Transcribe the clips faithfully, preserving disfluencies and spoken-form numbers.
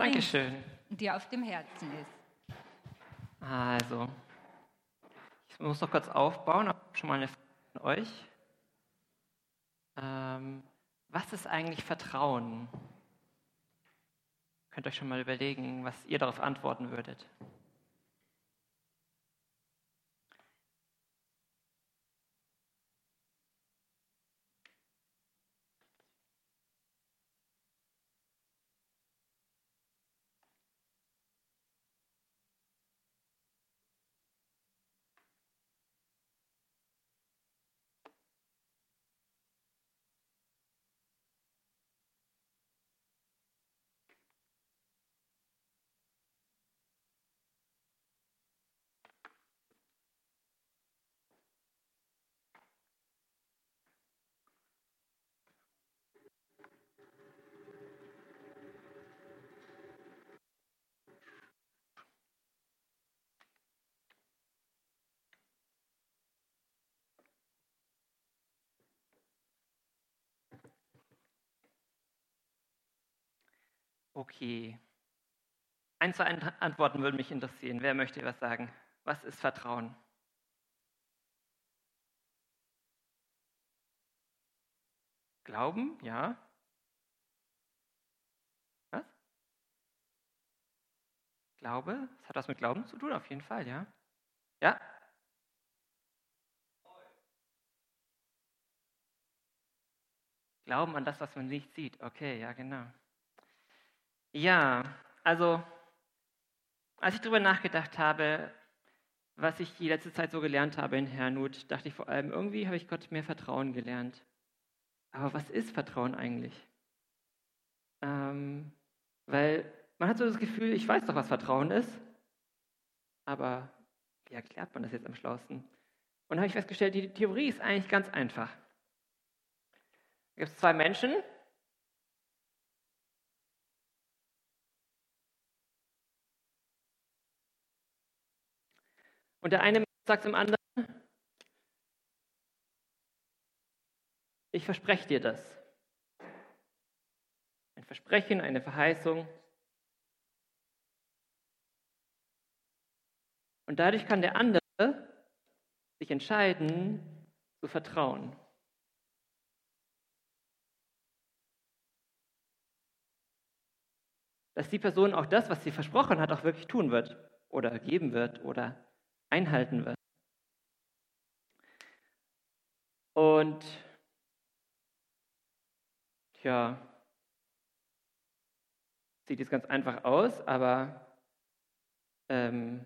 Dankeschön. dir auf dem Herzen ist. Also, ich muss noch kurz aufbauen, aber schon mal eine Frage an euch. Ähm, was ist eigentlich Vertrauen? Könnt ihr euch schon mal überlegen, was ihr darauf antworten würdet. Okay. Ein, zwei Antworten würden mich interessieren. Wer möchte was sagen? Was ist Vertrauen? Glauben? Ja. Was? Glaube? Das hat was mit Glauben zu tun, auf jeden Fall, ja. Ja? Glauben an das, was man nicht sieht. Okay, ja, genau. Ja, also, als ich darüber nachgedacht habe, was ich die letzte Zeit so gelernt habe in Herrnhut, dachte ich vor allem, irgendwie habe ich Gott mehr Vertrauen gelernt. Aber was ist Vertrauen eigentlich? Ähm, weil man hat so das Gefühl, ich weiß doch, was Vertrauen ist, aber wie erklärt man das jetzt am schlausten? Und dann habe ich festgestellt, die Theorie ist eigentlich ganz einfach. Da gibt es zwei Menschen, und der eine sagt zum anderen, ich verspreche dir das. Ein Versprechen, eine Verheißung. Und dadurch kann der andere sich entscheiden, zu vertrauen. Dass die Person auch das, was sie versprochen hat, auch wirklich tun wird oder geben wird oder einhalten wird. Und ja, sieht jetzt ganz einfach aus, aber ähm,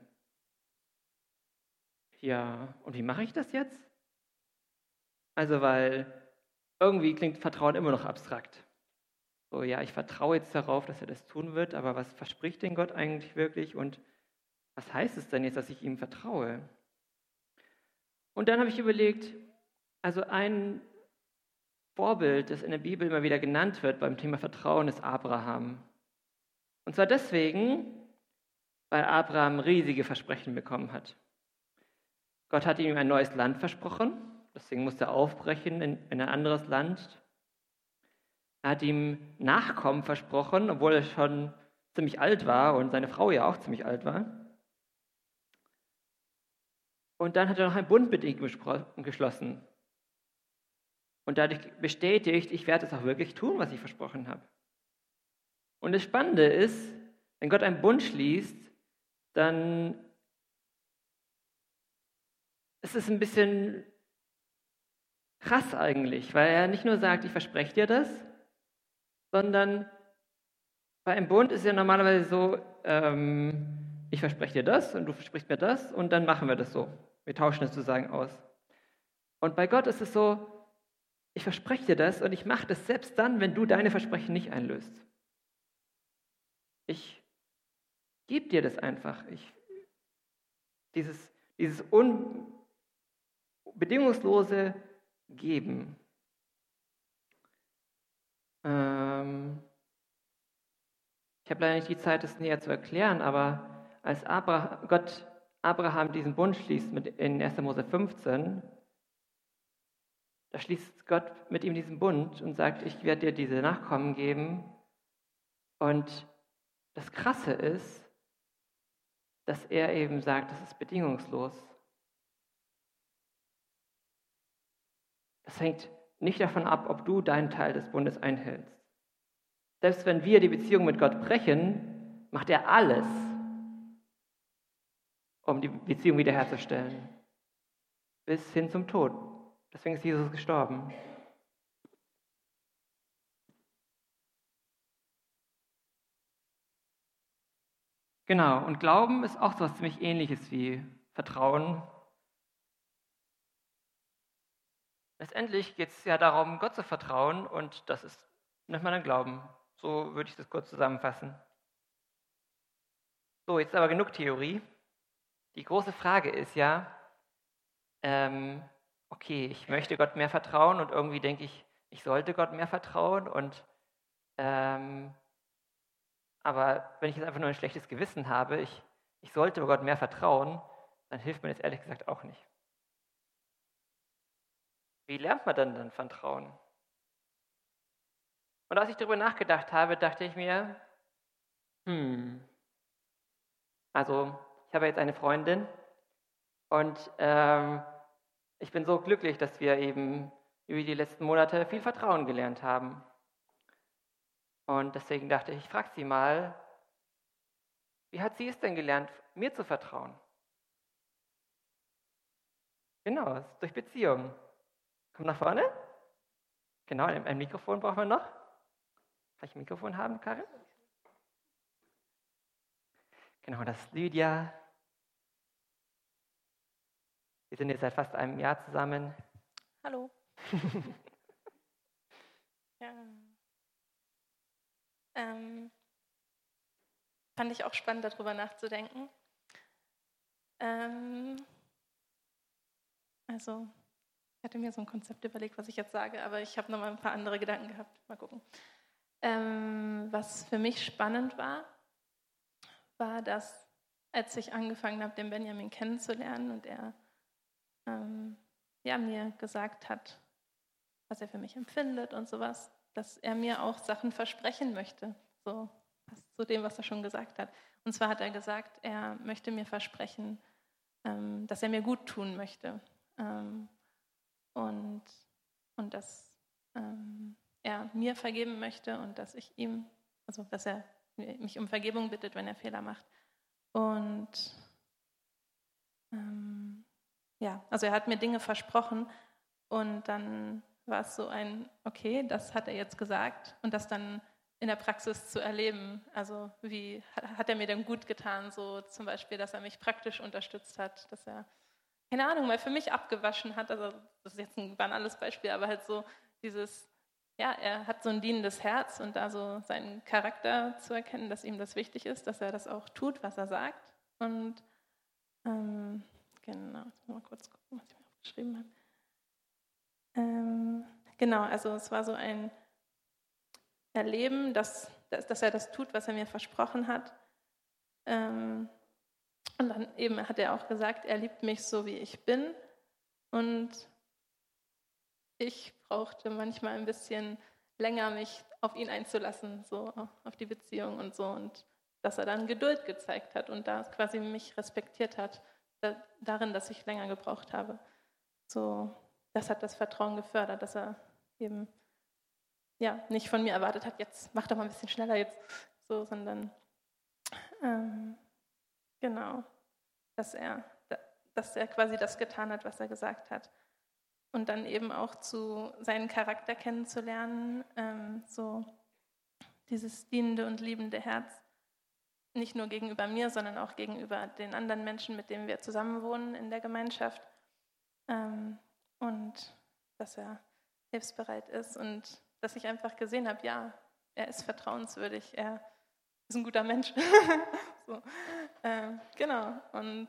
ja, und wie mache ich das jetzt? Also, weil irgendwie klingt Vertrauen immer noch abstrakt. So, ja, ich vertraue jetzt darauf, dass er das tun wird, aber was verspricht denn Gott eigentlich wirklich und was heißt es denn jetzt, dass ich ihm vertraue? Und dann habe ich überlegt, also ein Vorbild, das in der Bibel immer wieder genannt wird beim Thema Vertrauen, ist Abraham. Und zwar deswegen, weil Abraham riesige Versprechen bekommen hat. Gott hat ihm ein neues Land versprochen, deswegen musste er aufbrechen in, in ein anderes Land. Er hat ihm Nachkommen versprochen, obwohl er schon ziemlich alt war und seine Frau ja auch ziemlich alt war. Und dann hat er noch ein Bund mit ihm geschlossen. Und dadurch bestätigt, ich werde es auch wirklich tun, was ich versprochen habe. Und das Spannende ist, wenn Gott einen Bund schließt, dann ist es ein bisschen krass eigentlich, weil er nicht nur sagt, ich verspreche dir das, sondern bei einem Bund ist ja normalerweise so, ähm, ich verspreche dir das und du versprichst mir das und dann machen wir das so. Wir tauschen es sozusagen aus. Und bei Gott ist es so, ich verspreche dir das und ich mache das selbst dann, wenn du deine Versprechen nicht einlöst. Ich gebe dir das einfach. Ich, dieses dieses un, bedingungslose Geben. Ähm, ich habe leider nicht die Zeit, das näher zu erklären, aber als Abraham, Gott Abraham diesen Bund schließt mit in erster Mose fünfzehn, da schließt Gott mit ihm diesen Bund und sagt, ich werde dir diese Nachkommen geben und das Krasse ist, dass er eben sagt, das ist bedingungslos. Das hängt nicht davon ab, ob du deinen Teil des Bundes einhältst. Selbst wenn wir die Beziehung mit Gott brechen, macht er alles, um die Beziehung wiederherzustellen. Bis hin zum Tod. Deswegen ist Jesus gestorben. Genau, und Glauben ist auch so etwas ziemlich Ähnliches wie Vertrauen. Letztendlich geht es ja darum, Gott zu vertrauen, und das ist, nennt man dann Glauben. So würde ich das kurz zusammenfassen. So, jetzt aber genug Theorie. Die große Frage ist ja, ähm, okay, ich möchte Gott mehr vertrauen und irgendwie denke ich, ich sollte Gott mehr vertrauen, und ähm, aber wenn ich jetzt einfach nur ein schlechtes Gewissen habe, ich, ich sollte Gott mehr vertrauen, dann hilft mir das ehrlich gesagt auch nicht. Wie lernt man dann dann Vertrauen? Und als ich darüber nachgedacht habe, dachte ich mir, hm, also ich habe jetzt eine Freundin und ähm, ich bin so glücklich, dass wir eben über die letzten Monate viel Vertrauen gelernt haben. Und deswegen dachte ich, ich frage sie mal, wie hat sie es denn gelernt, mir zu vertrauen? Genau, es ist durch Beziehung. Komm nach vorne. Genau, ein ein Mikrofon braucht man noch. Kann ich ein Mikrofon haben, Karin? Genau, das ist Lydia. Wir sind jetzt seit fast einem Jahr zusammen. Hallo. Ja. Ähm, fand ich auch spannend, darüber nachzudenken. Ähm, also, ich hatte mir so ein Konzept überlegt, was ich jetzt sage, aber ich habe noch mal ein paar andere Gedanken gehabt. Mal gucken. Ähm, was für mich spannend war, war, dass, als ich angefangen habe, den Benjamin kennenzulernen und er ähm, ja, mir gesagt hat, was er für mich empfindet und sowas, dass er mir auch Sachen versprechen möchte. So passt zu dem, was er schon gesagt hat. Und zwar hat er gesagt, er möchte mir versprechen, ähm, dass er mir gut tun möchte. Ähm, und, und dass ähm, er mir vergeben möchte und dass ich ihm, also dass er mich um Vergebung bittet, wenn er Fehler macht. Und ähm, ja, also er hat mir Dinge versprochen und dann war es so ein, okay, das hat er jetzt gesagt, und das dann in der Praxis zu erleben. Also wie hat er mir denn gut getan, so zum Beispiel, dass er mich praktisch unterstützt hat, dass er, keine Ahnung, mal für mich abgewaschen hat, also das ist jetzt ein banales Beispiel, aber halt so dieses, ja, er hat so ein dienendes Herz, und da so seinen Charakter zu erkennen, dass ihm das wichtig ist, dass er das auch tut, was er sagt. Und ähm, genau, jetzt mal kurz gucken, was ich mir aufgeschrieben habe. Ähm, genau, also es war so ein Erleben, dass, dass, dass er das tut, was er mir versprochen hat. Ähm, und dann eben hat er auch gesagt, er liebt mich so, wie ich bin. Und ich brauchte manchmal ein bisschen länger, mich auf ihn einzulassen, so auf die Beziehung und so. Und dass er dann Geduld gezeigt hat und da quasi mich respektiert hat, da, darin, dass ich länger gebraucht habe. So, das hat das Vertrauen gefördert, dass er eben ja, nicht von mir erwartet hat, jetzt mach doch mal ein bisschen schneller jetzt, so, sondern ähm, genau, dass er, dass er quasi das getan hat, was er gesagt hat. Und dann eben auch zu seinen Charakter kennenzulernen, ähm, so dieses dienende und liebende Herz, nicht nur gegenüber mir, sondern auch gegenüber den anderen Menschen, mit denen wir zusammenwohnen in der Gemeinschaft. Ähm, und dass er hilfsbereit ist und dass ich einfach gesehen habe, ja, er ist vertrauenswürdig, er ist ein guter Mensch. so. ähm, genau. Und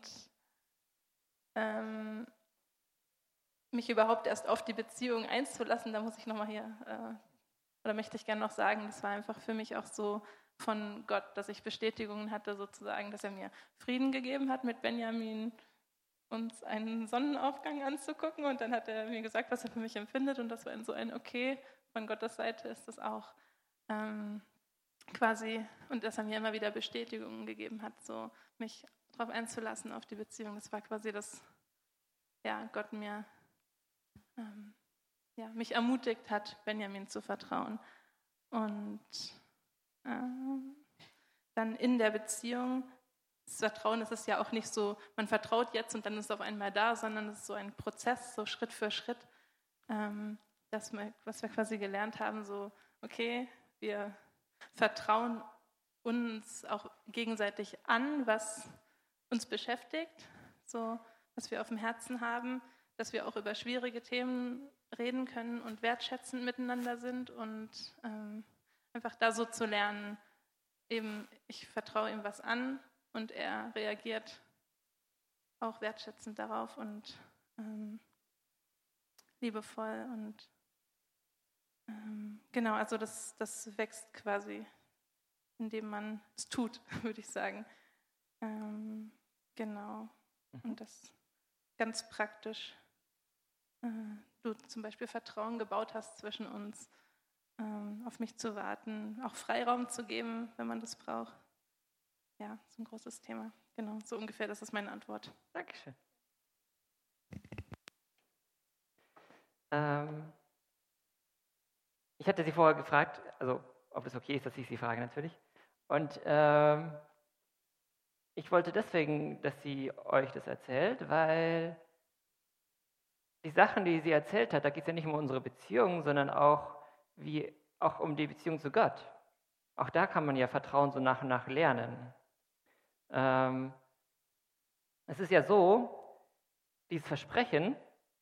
ähm, mich überhaupt erst auf die Beziehung einzulassen, da muss ich nochmal hier, äh, oder möchte ich gerne noch sagen, das war einfach für mich auch so von Gott, dass ich Bestätigungen hatte sozusagen, dass er mir Frieden gegeben hat, mit Benjamin uns einen Sonnenaufgang anzugucken, und dann hat er mir gesagt, was er für mich empfindet, und das war so ein Okay, von Gottes Seite ist das auch. Ähm, quasi, und dass er mir immer wieder Bestätigungen gegeben hat, so mich darauf einzulassen, auf die Beziehung. Das war quasi das, ja, Gott mir, ähm, ja, mich ermutigt hat, Benjamin zu vertrauen. Und ähm, dann in der Beziehung, das Vertrauen, das ist ja auch nicht so, man vertraut jetzt und dann ist es auf einmal da, sondern es ist so ein Prozess, so Schritt für Schritt, ähm, das, was wir quasi gelernt haben, so, okay, wir vertrauen uns auch gegenseitig an, was uns beschäftigt, so was wir auf dem Herzen haben, dass wir auch über schwierige Themen reden können und wertschätzend miteinander sind und ähm, einfach da so zu lernen, eben ich vertraue ihm was an und er reagiert auch wertschätzend darauf und ähm, liebevoll und ähm, genau, also das, das wächst quasi, indem man es tut, würde ich sagen. Ähm, genau. Und das ganz praktisch, äh, du zum Beispiel Vertrauen gebaut hast zwischen uns, ähm, auf mich zu warten, auch Freiraum zu geben, wenn man das braucht. Ja, ist ein großes Thema. Genau, so ungefähr, das ist meine Antwort. Dankeschön. Ähm, ich hatte Sie vorher gefragt, also ob es okay ist, dass ich Sie frage natürlich. Und ähm, ich wollte deswegen, dass sie euch das erzählt, weil die Sachen, die sie erzählt hat, da geht es ja nicht um unsere Beziehung, sondern auch, wie, auch um die Beziehung zu Gott. Auch da kann man ja Vertrauen so nach und nach lernen. Ähm, es ist ja so, dieses Versprechen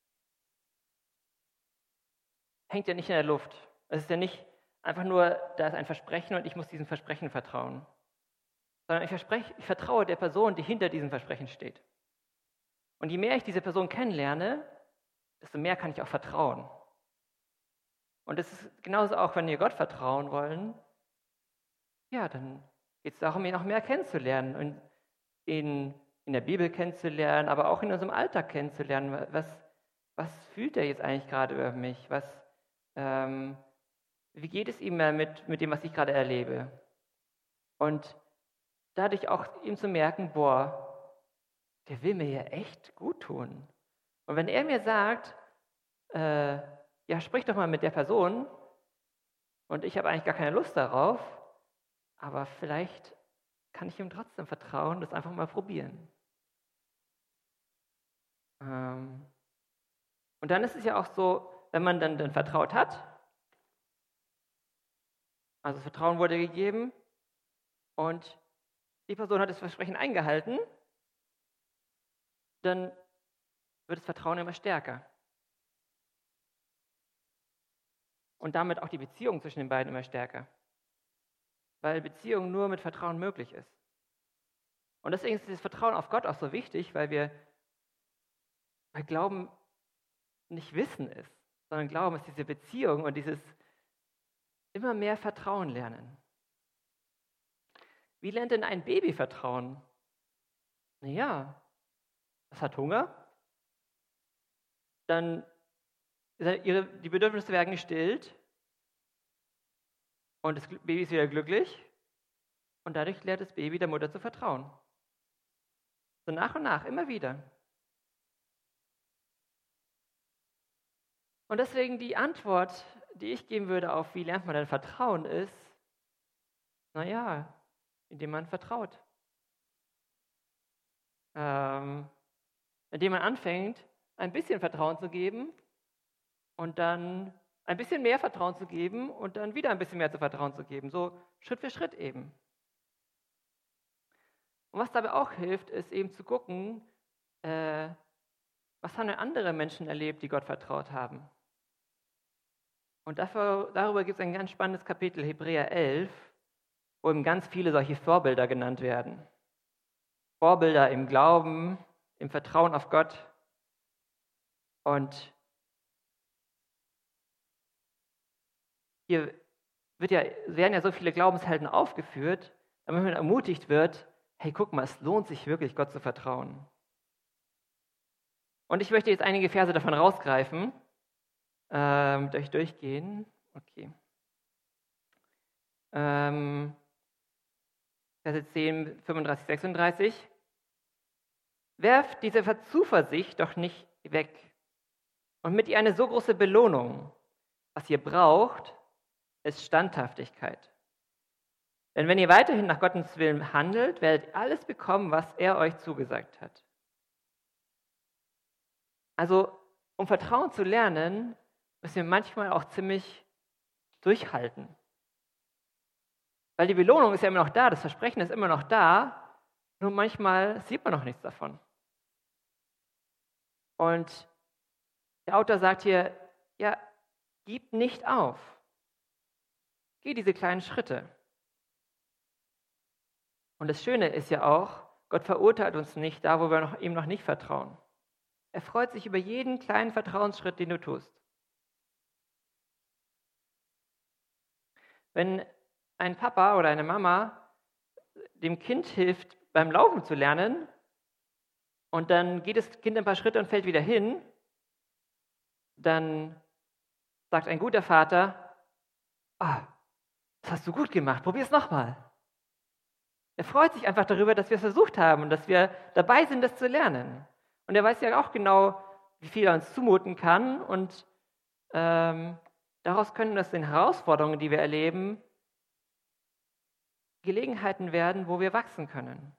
hängt ja nicht in der Luft. Es ist ja nicht einfach nur, da ist ein Versprechen und ich muss diesem Versprechen vertrauen. Sondern ich, verspreche, ich vertraue der Person, die hinter diesem Versprechen steht. Und je mehr ich diese Person kennenlerne, desto mehr kann ich auch vertrauen. Und es ist genauso auch, wenn wir Gott vertrauen wollen, ja, dann geht es darum, ihn noch mehr kennenzulernen und ihn in der Bibel kennenzulernen, aber auch in unserem Alltag kennenzulernen. Was, was fühlt er jetzt eigentlich gerade über mich? Was, ähm, wie geht es ihm mit, mit dem, was ich gerade erlebe? Und dadurch auch ihm zu merken, boah, der will mir ja echt gut tun. Und wenn er mir sagt, äh, ja, sprich doch mal mit der Person und ich habe eigentlich gar keine Lust darauf, aber vielleicht kann ich ihm trotzdem vertrauen, das einfach mal probieren. Ähm, und dann ist es ja auch so, wenn man dann, dann vertraut hat, also das Vertrauen wurde gegeben und die Person hat das Versprechen eingehalten, dann wird das Vertrauen immer stärker. Und damit auch die Beziehung zwischen den beiden immer stärker. Weil Beziehung nur mit Vertrauen möglich ist. Und deswegen ist das Vertrauen auf Gott auch so wichtig, weil wir weil Glauben nicht Wissen ist, sondern Glauben ist diese Beziehung und dieses immer mehr Vertrauen lernen. Wie lernt denn ein Baby Vertrauen? Naja, es hat Hunger, dann ihre, die Bedürfnisse werden gestillt und das Baby ist wieder glücklich und dadurch lernt das Baby der Mutter zu vertrauen. So nach und nach, immer wieder. Und deswegen die Antwort, die ich geben würde auf, wie lernt man denn Vertrauen, ist, naja, indem man vertraut. Ähm, indem man anfängt, ein bisschen Vertrauen zu geben und dann ein bisschen mehr Vertrauen zu geben und dann wieder ein bisschen mehr zu Vertrauen zu geben. So Schritt für Schritt eben. Und was dabei auch hilft, ist eben zu gucken, äh, was haben denn andere Menschen erlebt, die Gott vertraut haben. Und dafür, darüber gibt es ein ganz spannendes Kapitel, Hebräer elf, wo eben ganz viele solche Vorbilder genannt werden. Vorbilder im Glauben, im Vertrauen auf Gott. Und hier wird ja, werden ja so viele Glaubenshelden aufgeführt, damit man ermutigt wird, hey, guck mal, es lohnt sich wirklich, Gott zu vertrauen. Und ich möchte jetzt einige Verse davon rausgreifen, ähm, durch durchgehen. Okay. ähm, Verse zehn, fünfunddreißig, sechsunddreißig. Werft diese Zuversicht doch nicht weg und mit ihr eine so große Belohnung. Was ihr braucht, ist Standhaftigkeit. Denn wenn ihr weiterhin nach Gottes Willen handelt, werdet ihr alles bekommen, was er euch zugesagt hat. Also, um Vertrauen zu lernen, müssen wir manchmal auch ziemlich durchhalten. Weil die Belohnung ist ja immer noch da, das Versprechen ist immer noch da, nur manchmal sieht man noch nichts davon. Und der Autor sagt hier, ja, gib nicht auf. Geh diese kleinen Schritte. Und das Schöne ist ja auch, Gott verurteilt uns nicht da, wo wir noch, ihm noch nicht vertrauen. Er freut sich über jeden kleinen Vertrauensschritt, den du tust. Wenn ein Papa oder eine Mama dem Kind hilft, beim Laufen zu lernen, und dann geht das Kind ein paar Schritte und fällt wieder hin, dann sagt ein guter Vater, ah, das hast du gut gemacht, probier es nochmal. Er freut sich einfach darüber, dass wir es versucht haben und dass wir dabei sind, das zu lernen. Und er weiß ja auch genau, wie viel er uns zumuten kann, und ähm, daraus können das den Herausforderungen, die wir erleben, Gelegenheiten werden, wo wir wachsen können.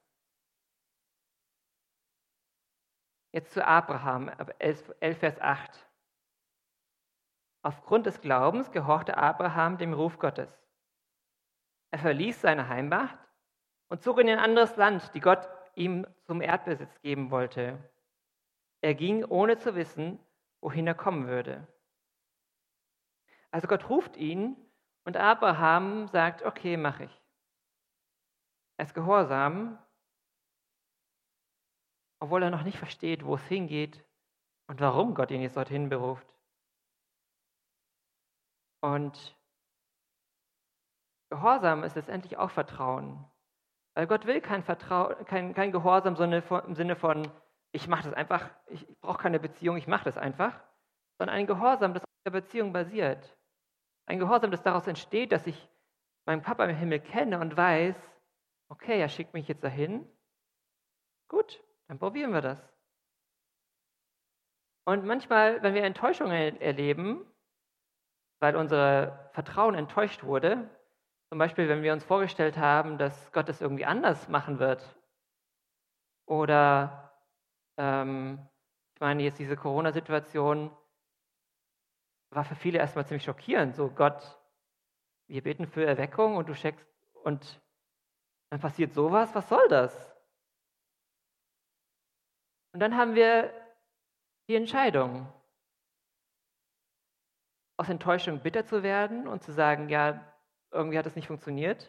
Jetzt zu Abraham, elf Vers acht. Aufgrund des Glaubens gehorchte Abraham dem Ruf Gottes. Er verließ seine Heimat und zog in ein anderes Land, die Gott ihm zum Erdbesitz geben wollte. Er ging, ohne zu wissen, wohin er kommen würde. Also Gott ruft ihn und Abraham sagt, okay, mache ich. Er ist gehorsam, obwohl er noch nicht versteht, wo es hingeht und warum Gott ihn jetzt dorthin beruft. Und Gehorsam ist letztendlich auch Vertrauen. Weil Gott will kein, Vertrau- kein, kein Gehorsam im Sinne von, im Sinne von ich mache das einfach, ich brauche keine Beziehung, ich mache das einfach, sondern ein Gehorsam, das auf der Beziehung basiert. Ein Gehorsam, das daraus entsteht, dass ich meinen Papa im Himmel kenne und weiß, okay, er schickt mich jetzt dahin. Gut, dann probieren wir das. Und manchmal, wenn wir Enttäuschungen erleben, weil unser Vertrauen enttäuscht wurde, zum Beispiel, wenn wir uns vorgestellt haben, dass Gott es irgendwie anders machen wird, oder ähm, ich meine, jetzt diese Corona-Situation war für viele erstmal ziemlich schockierend. So, Gott, wir beten für Erweckung und du checkst und dann passiert sowas, was soll das? Und dann haben wir die Entscheidung, aus Enttäuschung bitter zu werden und zu sagen, ja, irgendwie hat es nicht funktioniert.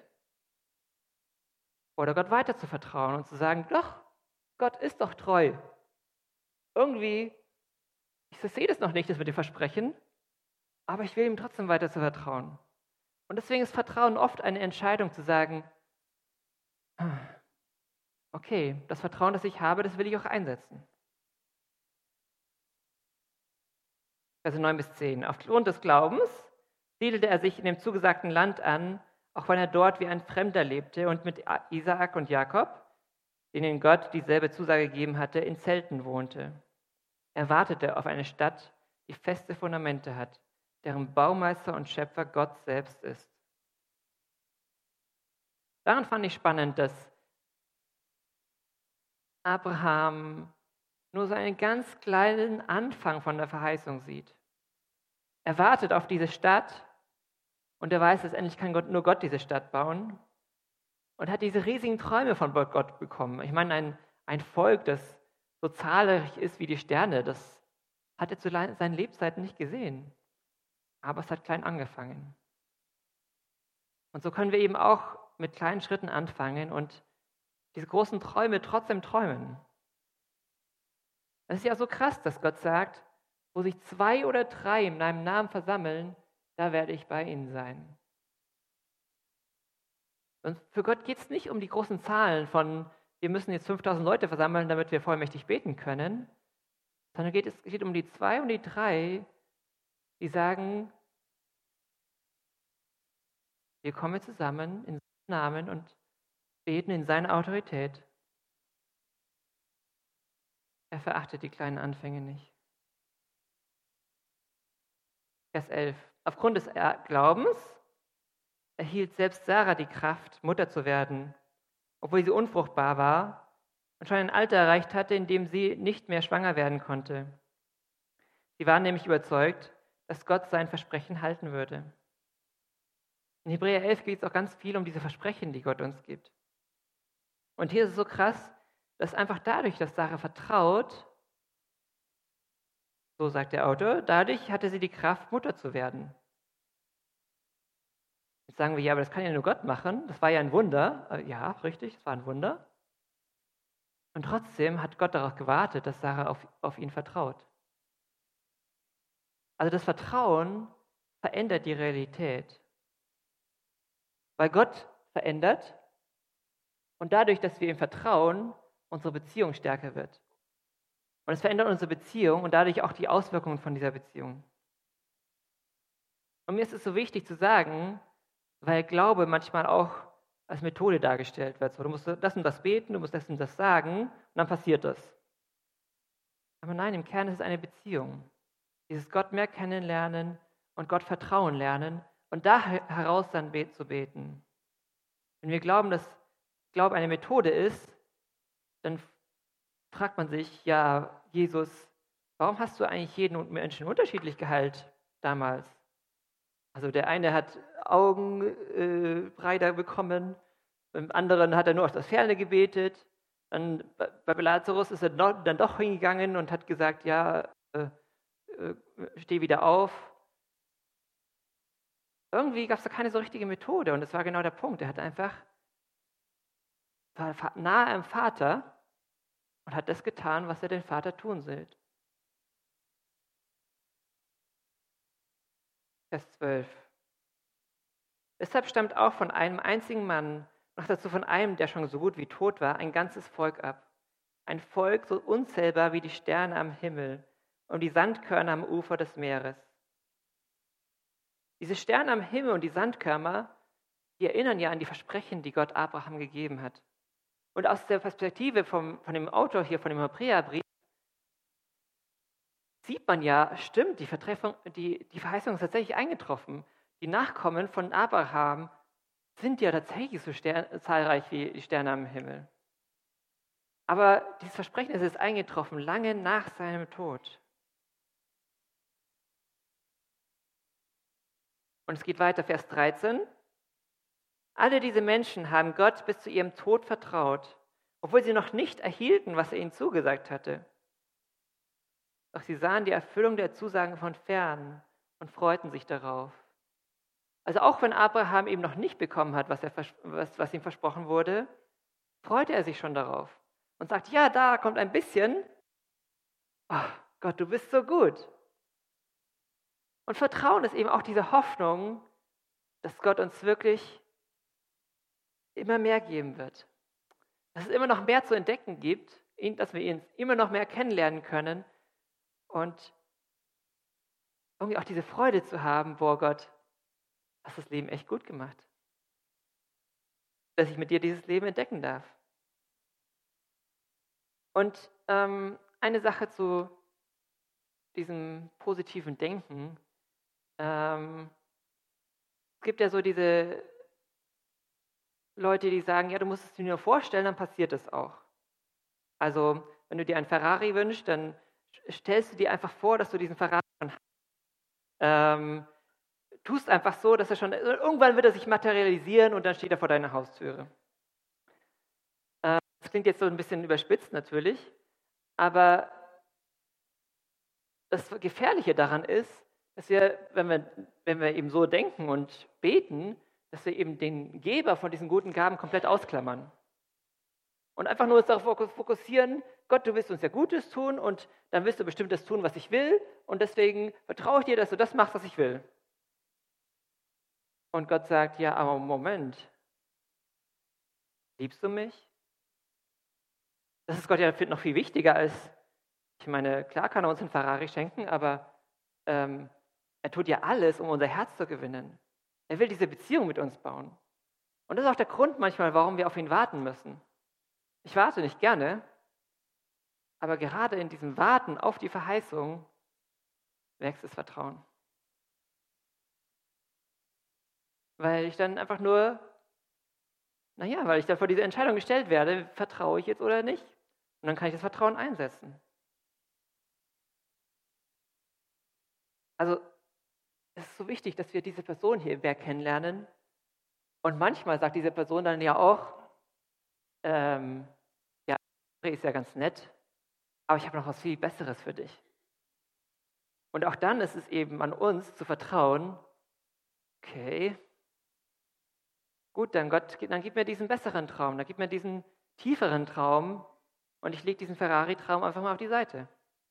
Oder Gott weiter zu vertrauen und zu sagen, doch, Gott ist doch treu. Irgendwie, ich sehe das noch nicht, das mit dem Versprechen, aber ich will ihm trotzdem weiter zu vertrauen. Und deswegen ist Vertrauen oft eine Entscheidung zu sagen, okay, das Vertrauen, das ich habe, das will ich auch einsetzen. Verse neun bis zehn. Aufgrund des Glaubens siedelte er sich in dem zugesagten Land an, auch wenn er dort wie ein Fremder lebte und mit Isaak und Jakob, denen Gott dieselbe Zusage gegeben hatte, in Zelten wohnte. Er wartete auf eine Stadt, die feste Fundamente hat, deren Baumeister und Schöpfer Gott selbst ist. Daran fand ich spannend, dass Abraham nur so einen ganz kleinen Anfang von der Verheißung sieht. Er wartet auf diese Stadt und er weiß, dass endlich kann Gott, nur Gott diese Stadt bauen, und hat diese riesigen Träume von Gott bekommen. Ich meine, ein, ein Volk, das so zahlreich ist wie die Sterne, das hat er zu seinen Lebzeiten nicht gesehen. Aber es hat klein angefangen. Und so können wir eben auch mit kleinen Schritten anfangen und diese großen Träume trotzdem träumen. Es ist ja so krass, dass Gott sagt, wo sich zwei oder drei in meinem Namen versammeln, da werde ich bei ihnen sein. Und für Gott geht es nicht um die großen Zahlen von, wir müssen jetzt fünftausend Leute versammeln, damit wir vollmächtig beten können, sondern geht es geht um die zwei und die drei, die sagen, Hier kommen wir zusammen in seinem Namen und beten in seiner Autorität. Er verachtet die kleinen Anfänge nicht. Vers elf. Aufgrund des Glaubens erhielt selbst Sarah die Kraft, Mutter zu werden, obwohl sie unfruchtbar war und schon ein Alter erreicht hatte, in dem sie nicht mehr schwanger werden konnte. Sie war nämlich überzeugt, dass Gott sein Versprechen halten würde. In Hebräer elf geht es auch ganz viel um diese Versprechen, die Gott uns gibt. Und hier ist es so krass, dass einfach dadurch, dass Sarah vertraut, so sagt der Autor, dadurch hatte sie die Kraft, Mutter zu werden. Jetzt sagen wir, ja, aber das kann ja nur Gott machen. Das war ja ein Wunder. Ja, richtig, es war ein Wunder. Und trotzdem hat Gott darauf gewartet, dass Sarah auf, auf ihn vertraut. Also das Vertrauen verändert die Realität. Weil Gott verändert und dadurch, dass wir ihm vertrauen, unsere Beziehung stärker wird. Und es verändert unsere Beziehung und dadurch auch die Auswirkungen von dieser Beziehung. Und mir ist es so wichtig zu sagen, weil Glaube manchmal auch als Methode dargestellt wird. So, du musst das und das beten, du musst das und das sagen und dann passiert das. Aber nein, im Kern ist es eine Beziehung. Dieses Gott mehr kennenlernen und Gott vertrauen lernen und da heraus dann zu beten. Wenn wir glauben, dass Glaube eine Methode ist, dann fragt man sich, ja, Jesus, warum hast du eigentlich jeden Menschen unterschiedlich geheilt damals? Also der eine hat Augen äh, breiter bekommen, beim anderen hat er nur aus der Ferne gebetet, dann bei Lazarus ist er noch, dann doch hingegangen und hat gesagt, ja, äh, äh, steh wieder auf. Irgendwie gab es da keine so richtige Methode und das war genau der Punkt. Er hat einfach war nahe am Vater und hat das getan, was er den Vater tun sieht. Vers zwölf. Deshalb stammt auch von einem einzigen Mann, noch dazu von einem, der schon so gut wie tot war, ein ganzes Volk ab. Ein Volk so unzählbar wie die Sterne am Himmel und die Sandkörner am Ufer des Meeres. Diese Sterne am Himmel und die Sandkörner, die erinnern ja an die Versprechen, die Gott Abraham gegeben hat. Und aus der Perspektive vom, von dem Autor hier, von dem Hebräerbrief, sieht man ja, stimmt, die, Vertreffung, die, die Verheißung ist tatsächlich eingetroffen. Die Nachkommen von Abraham sind ja tatsächlich so Stern, zahlreich wie die Sterne am Himmel. Aber dieses Versprechen ist jetzt eingetroffen, lange nach seinem Tod. Und es geht weiter, Vers dreizehn. Alle diese Menschen haben Gott bis zu ihrem Tod vertraut, obwohl sie noch nicht erhielten, was er ihnen zugesagt hatte. Doch sie sahen die Erfüllung der Zusagen von fern und freuten sich darauf. Also auch wenn Abraham eben noch nicht bekommen hat, was, er, was, was ihm versprochen wurde, freute er sich schon darauf und sagt, ja, da kommt ein bisschen. Oh, Gott, du bist so gut. Und Vertrauen ist eben auch diese Hoffnung, dass Gott uns wirklich immer mehr geben wird. Dass es immer noch mehr zu entdecken gibt, dass wir ihn immer noch mehr kennenlernen können und irgendwie auch diese Freude zu haben, boah Gott, hast das Leben echt gut gemacht. Dass ich mit dir dieses Leben entdecken darf. Und ähm, eine Sache zu diesem positiven Denken. Ähm, es gibt ja so diese Leute, die sagen, ja, du musst es dir nur vorstellen, dann passiert es auch. Also, wenn du dir einen Ferrari wünschst, dann stellst du dir einfach vor, dass du diesen Ferrari schon hast. Ähm, tust einfach so, dass er schon, irgendwann wird er sich materialisieren und dann steht er vor deiner Haustüre. Ähm, das klingt jetzt so ein bisschen überspitzt natürlich, aber das Gefährliche daran ist, dass wir, wenn wir, wenn wir eben so denken und beten, dass wir eben den Geber von diesen guten Gaben komplett ausklammern. Und einfach nur uns darauf fokussieren, Gott, du willst uns ja Gutes tun und dann wirst du bestimmt das tun, was ich will und deswegen vertraue ich dir, dass du das machst, was ich will. Und Gott sagt, ja, aber Moment, liebst du mich? Das ist Gott ja noch viel wichtiger als, ich meine, klar kann er uns einen Ferrari schenken, aber ähm, er tut ja alles, um unser Herz zu gewinnen. Er will diese Beziehung mit uns bauen. Und das ist auch der Grund manchmal, warum wir auf ihn warten müssen. Ich warte nicht gerne, aber gerade in diesem Warten auf die Verheißung wächst das Vertrauen. Weil ich dann einfach nur, naja, weil ich dann vor diese Entscheidung gestellt werde, vertraue ich jetzt oder nicht? Und dann kann ich das Vertrauen einsetzen. Also es ist so wichtig, dass wir diese Person hier mehr kennenlernen. Und manchmal sagt diese Person dann ja auch, ähm, ja, ist ja ganz nett, aber ich habe noch was viel Besseres für dich. Und auch dann ist es eben an uns zu vertrauen, okay, gut, dann Gott, dann gib mir diesen besseren Traum, dann gib mir diesen tieferen Traum und ich lege diesen Ferrari-Traum einfach mal auf die Seite.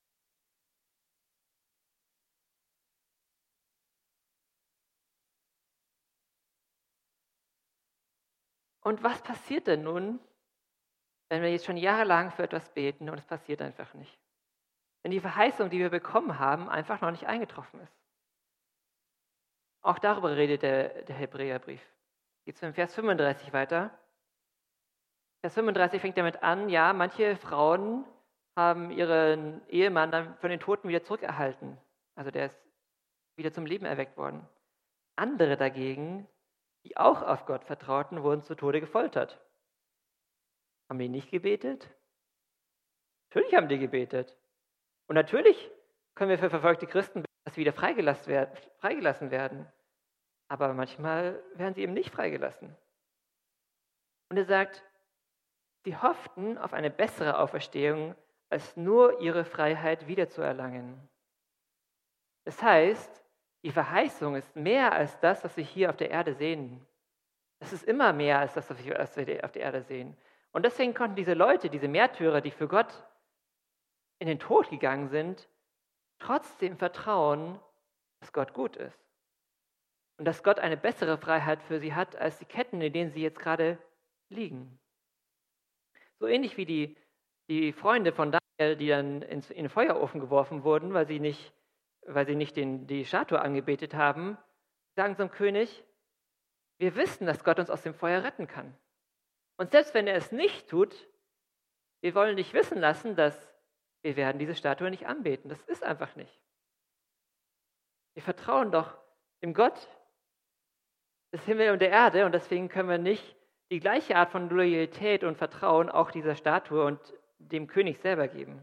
Und was passiert denn nun, wenn wir jetzt schon jahrelang für etwas beten und es passiert einfach nicht? Wenn die Verheißung, die wir bekommen haben, einfach noch nicht eingetroffen ist. Auch darüber redet der, der Hebräerbrief. Geht es im Vers fünfunddreißig weiter. Vers fünfunddreißig fängt damit an, ja, manche Frauen haben ihren Ehemann dann von den Toten wieder zurückerhalten. Also der ist wieder zum Leben erweckt worden. Andere dagegen, die auch auf Gott vertrauten, wurden zu Tode gefoltert. Haben die nicht gebetet? Natürlich haben die gebetet. Und natürlich können wir für verfolgte Christen beten, dass sie wieder freigelassen werden. Aber manchmal werden sie eben nicht freigelassen. Und er sagt, sie hofften auf eine bessere Auferstehung, als nur ihre Freiheit wiederzuerlangen. Das heißt, die Verheißung ist mehr als das, was wir hier auf der Erde sehen. Es ist immer mehr als das, was wir auf der Erde sehen. Und deswegen konnten diese Leute, diese Märtyrer, die für Gott in den Tod gegangen sind, trotzdem vertrauen, dass Gott gut ist. Und dass Gott eine bessere Freiheit für sie hat, als die Ketten, in denen sie jetzt gerade liegen. So ähnlich wie die, die Freunde von Daniel, die dann ins, in den Feuerofen geworfen wurden, weil sie nicht, weil sie nicht den, die Statue angebetet haben, sagen zum König, wir wissen, dass Gott uns aus dem Feuer retten kann. Und selbst wenn er es nicht tut, wir wollen dich wissen lassen, dass wir werden diese Statue nicht anbeten. Das ist einfach nicht. Wir vertrauen doch dem Gott des Himmels und der Erde und deswegen können wir nicht die gleiche Art von Loyalität und Vertrauen auch dieser Statue und dem König selber geben.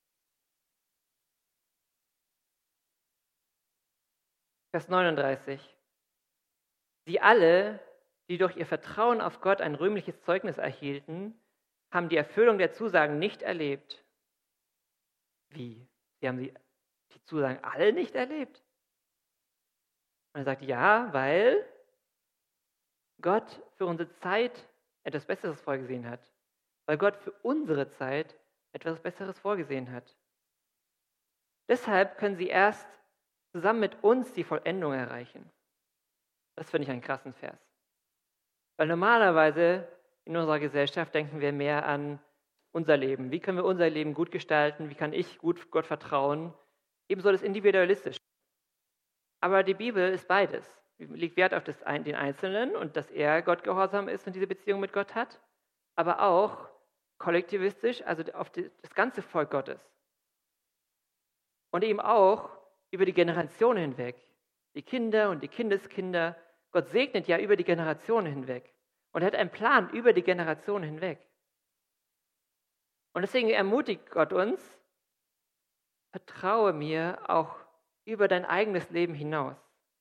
Vers neununddreißig. Sie alle, die durch ihr Vertrauen auf Gott ein rühmliches Zeugnis erhielten, haben die Erfüllung der Zusagen nicht erlebt. Wie? Sie haben die, die Zusagen alle nicht erlebt? Und er sagt, ja, weil Gott für unsere Zeit etwas Besseres vorgesehen hat. Weil Gott für unsere Zeit etwas Besseres vorgesehen hat. Deshalb können sie erst zusammen mit uns die Vollendung erreichen. Das finde ich einen krassen Vers. Weil normalerweise in unserer Gesellschaft denken wir mehr an unser Leben. Wie können wir unser Leben gut gestalten? Wie kann ich gut Gott vertrauen? Ebenso das Individualistische. Aber die Bibel ist beides. Sie legt Wert auf das, den Einzelnen und dass er Gott gehorsam ist und diese Beziehung mit Gott hat. Aber auch kollektivistisch, also auf das ganze Volk Gottes. Und eben auch über die Generationen hinweg. Die Kinder und die Kindeskinder. Gott segnet ja über die Generationen hinweg. Und er hat einen Plan über die Generationen hinweg. Und deswegen ermutigt Gott uns, vertraue mir auch über dein eigenes Leben hinaus.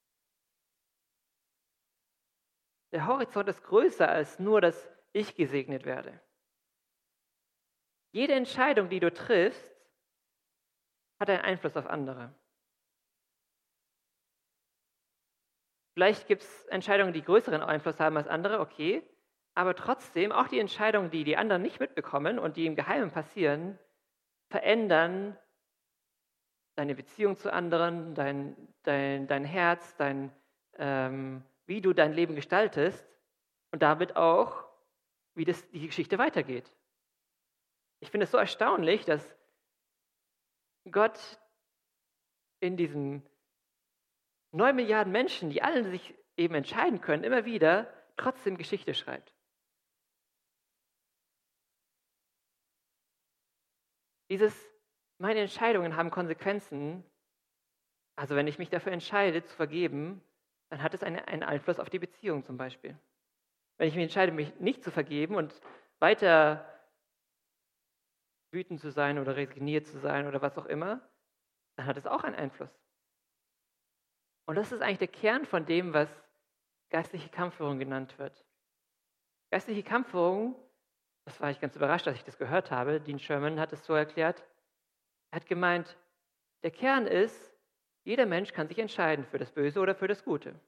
Der Horizont ist größer als nur, dass ich gesegnet werde. Jede Entscheidung, die du triffst, hat einen Einfluss auf andere. Vielleicht gibt es Entscheidungen, die größeren Einfluss haben als andere, okay. Aber trotzdem, auch die Entscheidungen, die die anderen nicht mitbekommen und die im Geheimen passieren, verändern deine Beziehung zu anderen, dein, dein, dein Herz, dein, ähm, wie du dein Leben gestaltest und damit auch, wie das, die Geschichte weitergeht. Ich finde es so erstaunlich, dass Gott in diesen neun Milliarden Menschen, die alle sich eben entscheiden können, immer wieder trotzdem Geschichte schreibt. Dieses, meine Entscheidungen haben Konsequenzen. Also wenn ich mich dafür entscheide, zu vergeben, dann hat es eine, einen Einfluss auf die Beziehung zum Beispiel. Wenn ich mich entscheide, mich nicht zu vergeben und weiter wütend zu sein oder resigniert zu sein oder was auch immer, dann hat es auch einen Einfluss. Und das ist eigentlich der Kern von dem, was geistliche Kampfführung genannt wird. Geistliche Kampfführung, das war ich ganz überrascht, dass ich das gehört habe, Dean Sherman hat es so erklärt, er hat gemeint, der Kern ist, jeder Mensch kann sich entscheiden für das Böse oder für das Gute.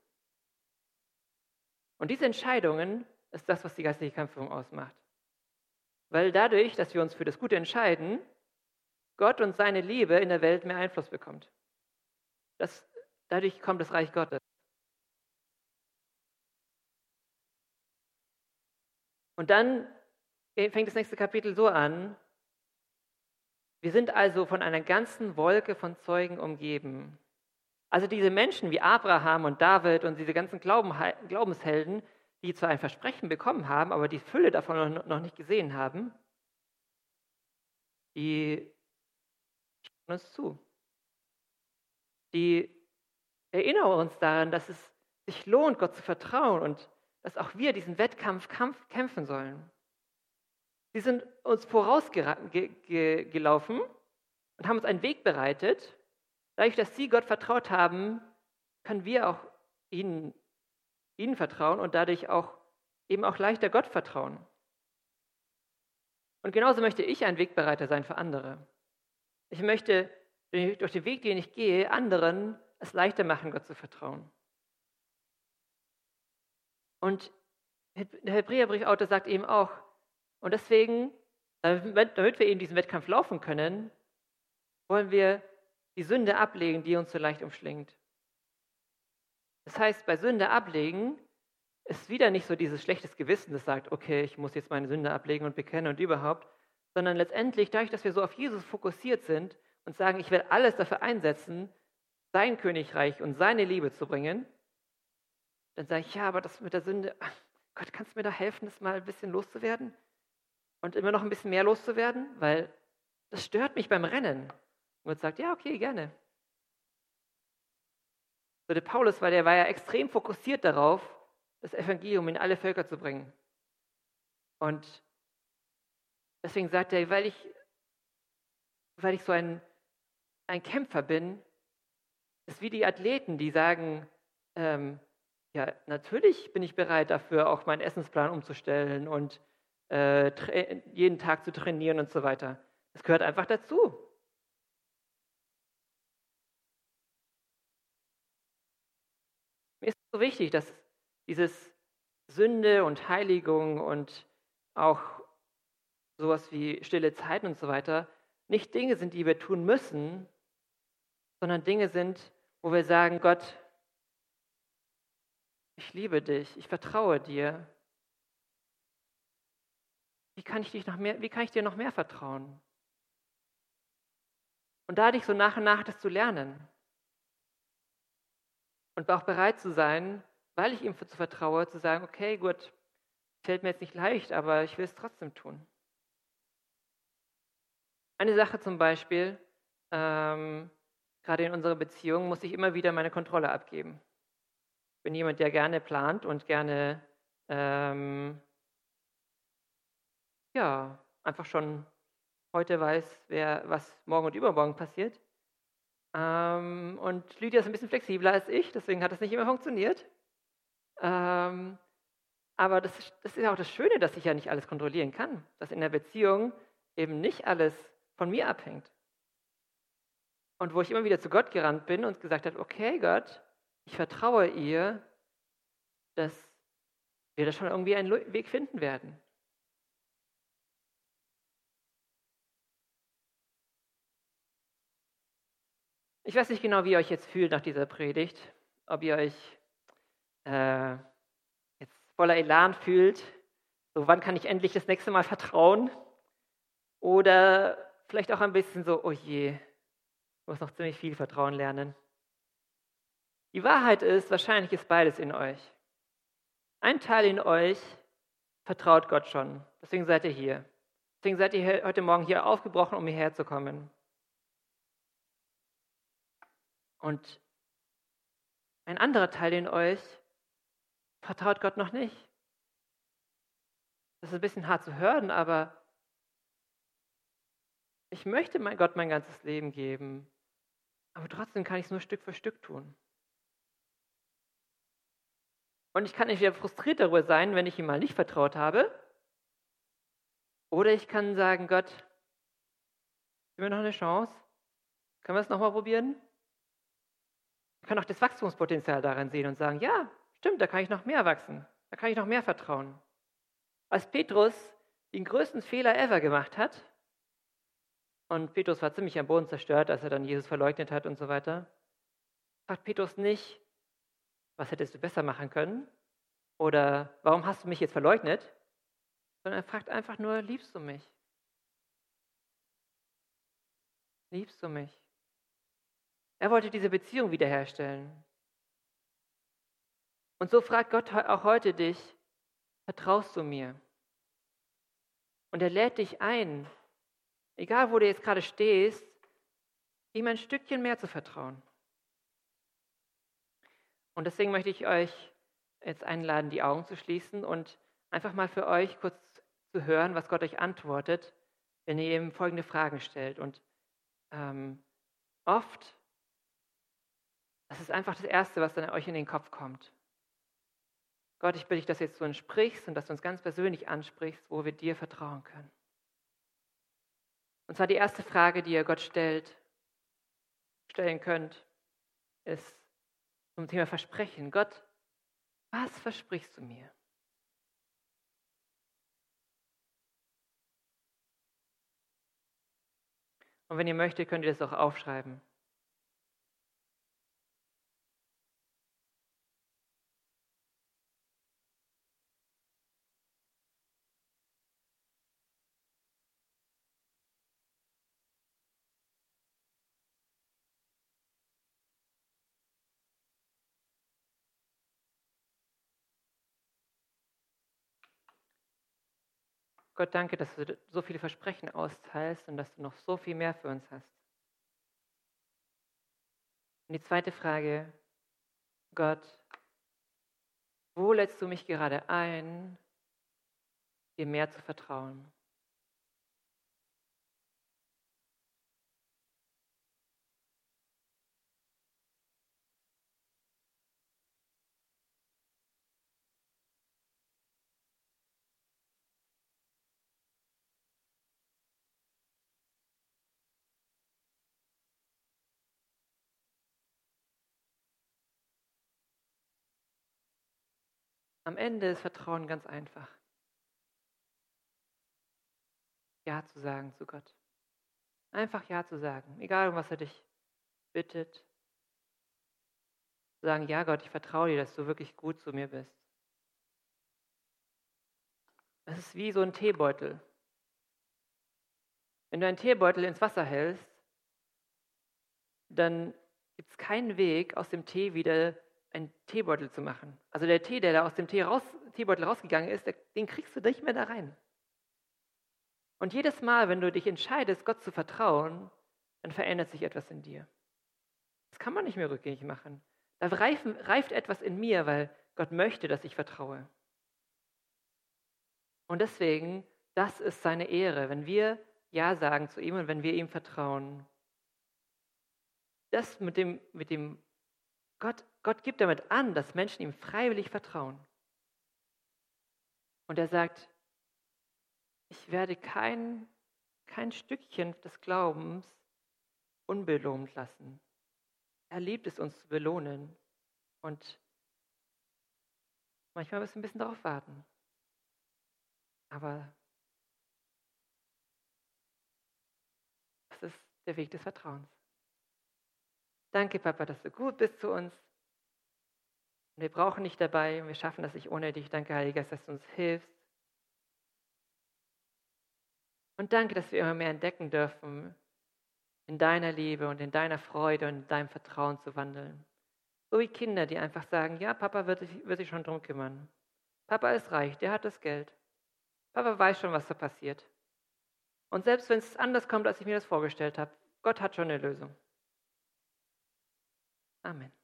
Und diese Entscheidungen ist das, was die geistliche Kampfführung ausmacht. Weil dadurch, dass wir uns für das Gute entscheiden, Gott und seine Liebe in der Welt mehr Einfluss bekommt. Das, dadurch kommt das Reich Gottes. Und dann fängt das nächste Kapitel so an, wir sind also von einer ganzen Wolke von Zeugen umgeben. Also diese Menschen wie Abraham und David und diese ganzen Glauben, Glaubenshelden, die zwar ein Versprechen bekommen haben, aber die Fülle davon noch nicht gesehen haben, die schauen uns zu. Die erinnern uns daran, dass es sich lohnt, Gott zu vertrauen und dass auch wir diesen Wettkampf kämpfen sollen. Sie sind uns vorausgelaufen und haben uns einen Weg bereitet. Dadurch, dass sie Gott vertraut haben, können wir auch ihnen, ihnen vertrauen und dadurch auch eben auch leichter Gott vertrauen. Und genauso möchte ich ein Wegbereiter sein für andere. Ich möchte durch den Weg, den ich gehe, anderen es leichter machen, Gott zu vertrauen. Und der Hebräerbriefautor sagt eben auch, und deswegen, damit wir eben diesen Wettkampf laufen können, wollen wir die Sünde ablegen, die uns so leicht umschlingt. Das heißt, bei Sünde ablegen ist wieder nicht so dieses schlechtes Gewissen, das sagt, okay, ich muss jetzt meine Sünde ablegen und bekennen und überhaupt, sondern letztendlich dadurch, dass wir so auf Jesus fokussiert sind und sagen, ich will alles dafür einsetzen, sein Königreich und seine Liebe zu bringen, dann sage ich, ja, aber das mit der Sünde, Gott, kannst du mir da helfen, das mal ein bisschen loszuwerden? Und immer noch ein bisschen mehr loszuwerden, weil das stört mich beim Rennen. Und Gott sagt, ja, okay, gerne. So der Paulus, weil der war ja extrem fokussiert darauf, das Evangelium in alle Völker zu bringen. Und deswegen sagt er, weil ich, weil ich so ein, ein Kämpfer bin, ist wie die Athleten, die sagen, ähm, ja, natürlich bin ich bereit dafür, auch meinen Essensplan umzustellen und äh, tra- jeden Tag zu trainieren und so weiter. Das gehört einfach dazu. Mir ist so wichtig, dass dieses Sünde und Heiligung und auch sowas wie stille Zeiten und so weiter nicht Dinge sind, die wir tun müssen, sondern Dinge sind, wo wir sagen, Gott, ich liebe dich, ich vertraue dir. Wie kann ich dich noch mehr, wie kann ich dir noch mehr vertrauen? Und dadurch so nach und nach das zu lernen. Und auch bereit zu sein, weil ich ihm zu vertraue, zu sagen, okay, gut, fällt mir jetzt nicht leicht, aber ich will es trotzdem tun. Eine Sache zum Beispiel, ähm, gerade in unserer Beziehung, muss ich immer wieder meine Kontrolle abgeben. Ich bin jemand, der gerne plant und gerne ähm, ja, einfach schon heute weiß, wer, was morgen und übermorgen passiert. Ähm, und Lydia ist ein bisschen flexibler als ich, deswegen hat das nicht immer funktioniert. Ähm, aber das ist, das ist ja auch das Schöne, dass ich ja nicht alles kontrollieren kann, dass in der Beziehung eben nicht alles von mir abhängt. Und wo ich immer wieder zu Gott gerannt bin und gesagt habe, okay Gott, ich vertraue ihr, dass wir da schon irgendwie einen Weg finden werden. Ich weiß nicht genau, wie ihr euch jetzt fühlt nach dieser Predigt, ob ihr euch äh, jetzt voller Elan fühlt, so wann kann ich endlich das nächste Mal vertrauen? Oder vielleicht auch ein bisschen so, oh je, ich muss noch ziemlich viel Vertrauen lernen. Die Wahrheit ist, wahrscheinlich ist beides in euch. Ein Teil in euch vertraut Gott schon. Deswegen seid ihr hier. Deswegen seid ihr heute Morgen hier aufgebrochen, um hierher zu kommen. Und ein anderer Teil in euch vertraut Gott noch nicht. Das ist ein bisschen hart zu hören, aber ich möchte mein Gott mein ganzes Leben geben. Aber trotzdem kann ich es nur Stück für Stück tun. Und ich kann entweder frustriert darüber sein, wenn ich ihm mal nicht vertraut habe, oder ich kann sagen, Gott, gib mir noch eine Chance. Können wir es nochmal probieren? Ich kann auch das Wachstumspotenzial darin sehen und sagen, ja, stimmt, da kann ich noch mehr wachsen. Da kann ich noch mehr vertrauen. Als Petrus den größten Fehler ever gemacht hat, und Petrus war ziemlich am Boden zerstört, als er dann Jesus verleugnet hat und so weiter, fragt Petrus nicht, was hättest du besser machen können? Oder warum hast du mich jetzt verleugnet? Sondern er fragt einfach nur, liebst du mich? Liebst du mich? Er wollte diese Beziehung wiederherstellen. Und so fragt Gott auch heute dich, vertraust du mir? Und er lädt dich ein, egal wo du jetzt gerade stehst, ihm ein Stückchen mehr zu vertrauen. Und deswegen möchte ich euch jetzt einladen, die Augen zu schließen und einfach mal für euch kurz zu hören, was Gott euch antwortet, wenn ihr ihm folgende Fragen stellt. Und ähm, oft, das ist einfach das Erste, was dann euch in den Kopf kommt. Gott, ich bitte dich, dass du jetzt so uns sprichst und dass du uns ganz persönlich ansprichst, wo wir dir vertrauen können. Und zwar die erste Frage, die ihr Gott stellt, stellen könnt, ist zum Thema Versprechen. Gott, was versprichst du mir? Und wenn ihr möchtet, könnt ihr das auch aufschreiben. Gott, danke, dass du so viele Versprechen austeilst und dass du noch so viel mehr für uns hast. Und die zweite Frage, Gott, wo lädst du mich gerade ein, dir mehr zu vertrauen? Am Ende ist Vertrauen ganz einfach. Ja zu sagen zu Gott. Einfach Ja zu sagen, egal um was er dich bittet. Zu sagen, ja Gott, ich vertraue dir, dass du wirklich gut zu mir bist. Es ist wie so ein Teebeutel. Wenn du einen Teebeutel ins Wasser hältst, dann gibt es keinen Weg, aus dem Tee wieder einen Teebeutel zu machen. Also der Tee, der da aus dem Tee raus, Teebeutel rausgegangen ist, der, den kriegst du nicht mehr da rein. Und jedes Mal, wenn du dich entscheidest, Gott zu vertrauen, dann verändert sich etwas in dir. Das kann man nicht mehr rückgängig machen. Da reifen, reift etwas in mir, weil Gott möchte, dass ich vertraue. Und deswegen, das ist seine Ehre, wenn wir Ja sagen zu ihm und wenn wir ihm vertrauen. Das mit dem, mit dem Gott, Gott gibt damit an, dass Menschen ihm freiwillig vertrauen. Und er sagt, ich werde kein, kein Stückchen des Glaubens unbelohnt lassen. Er liebt es, uns zu belohnen. Und manchmal müssen wir ein bisschen darauf warten. Aber das ist der Weg des Vertrauens. Danke, Papa, dass du gut bist zu uns. Und wir brauchen dich dabei und wir schaffen das nicht ohne dich. Danke, Heiliger Geist, dass du uns hilfst. Und danke, dass wir immer mehr entdecken dürfen, in deiner Liebe und in deiner Freude und in deinem Vertrauen zu wandeln. So wie Kinder, die einfach sagen, ja, Papa wird sich, wird sich schon drum kümmern. Papa ist reich, der hat das Geld. Papa weiß schon, was da passiert. Und selbst wenn es anders kommt, als ich mir das vorgestellt habe, Gott hat schon eine Lösung. Amen.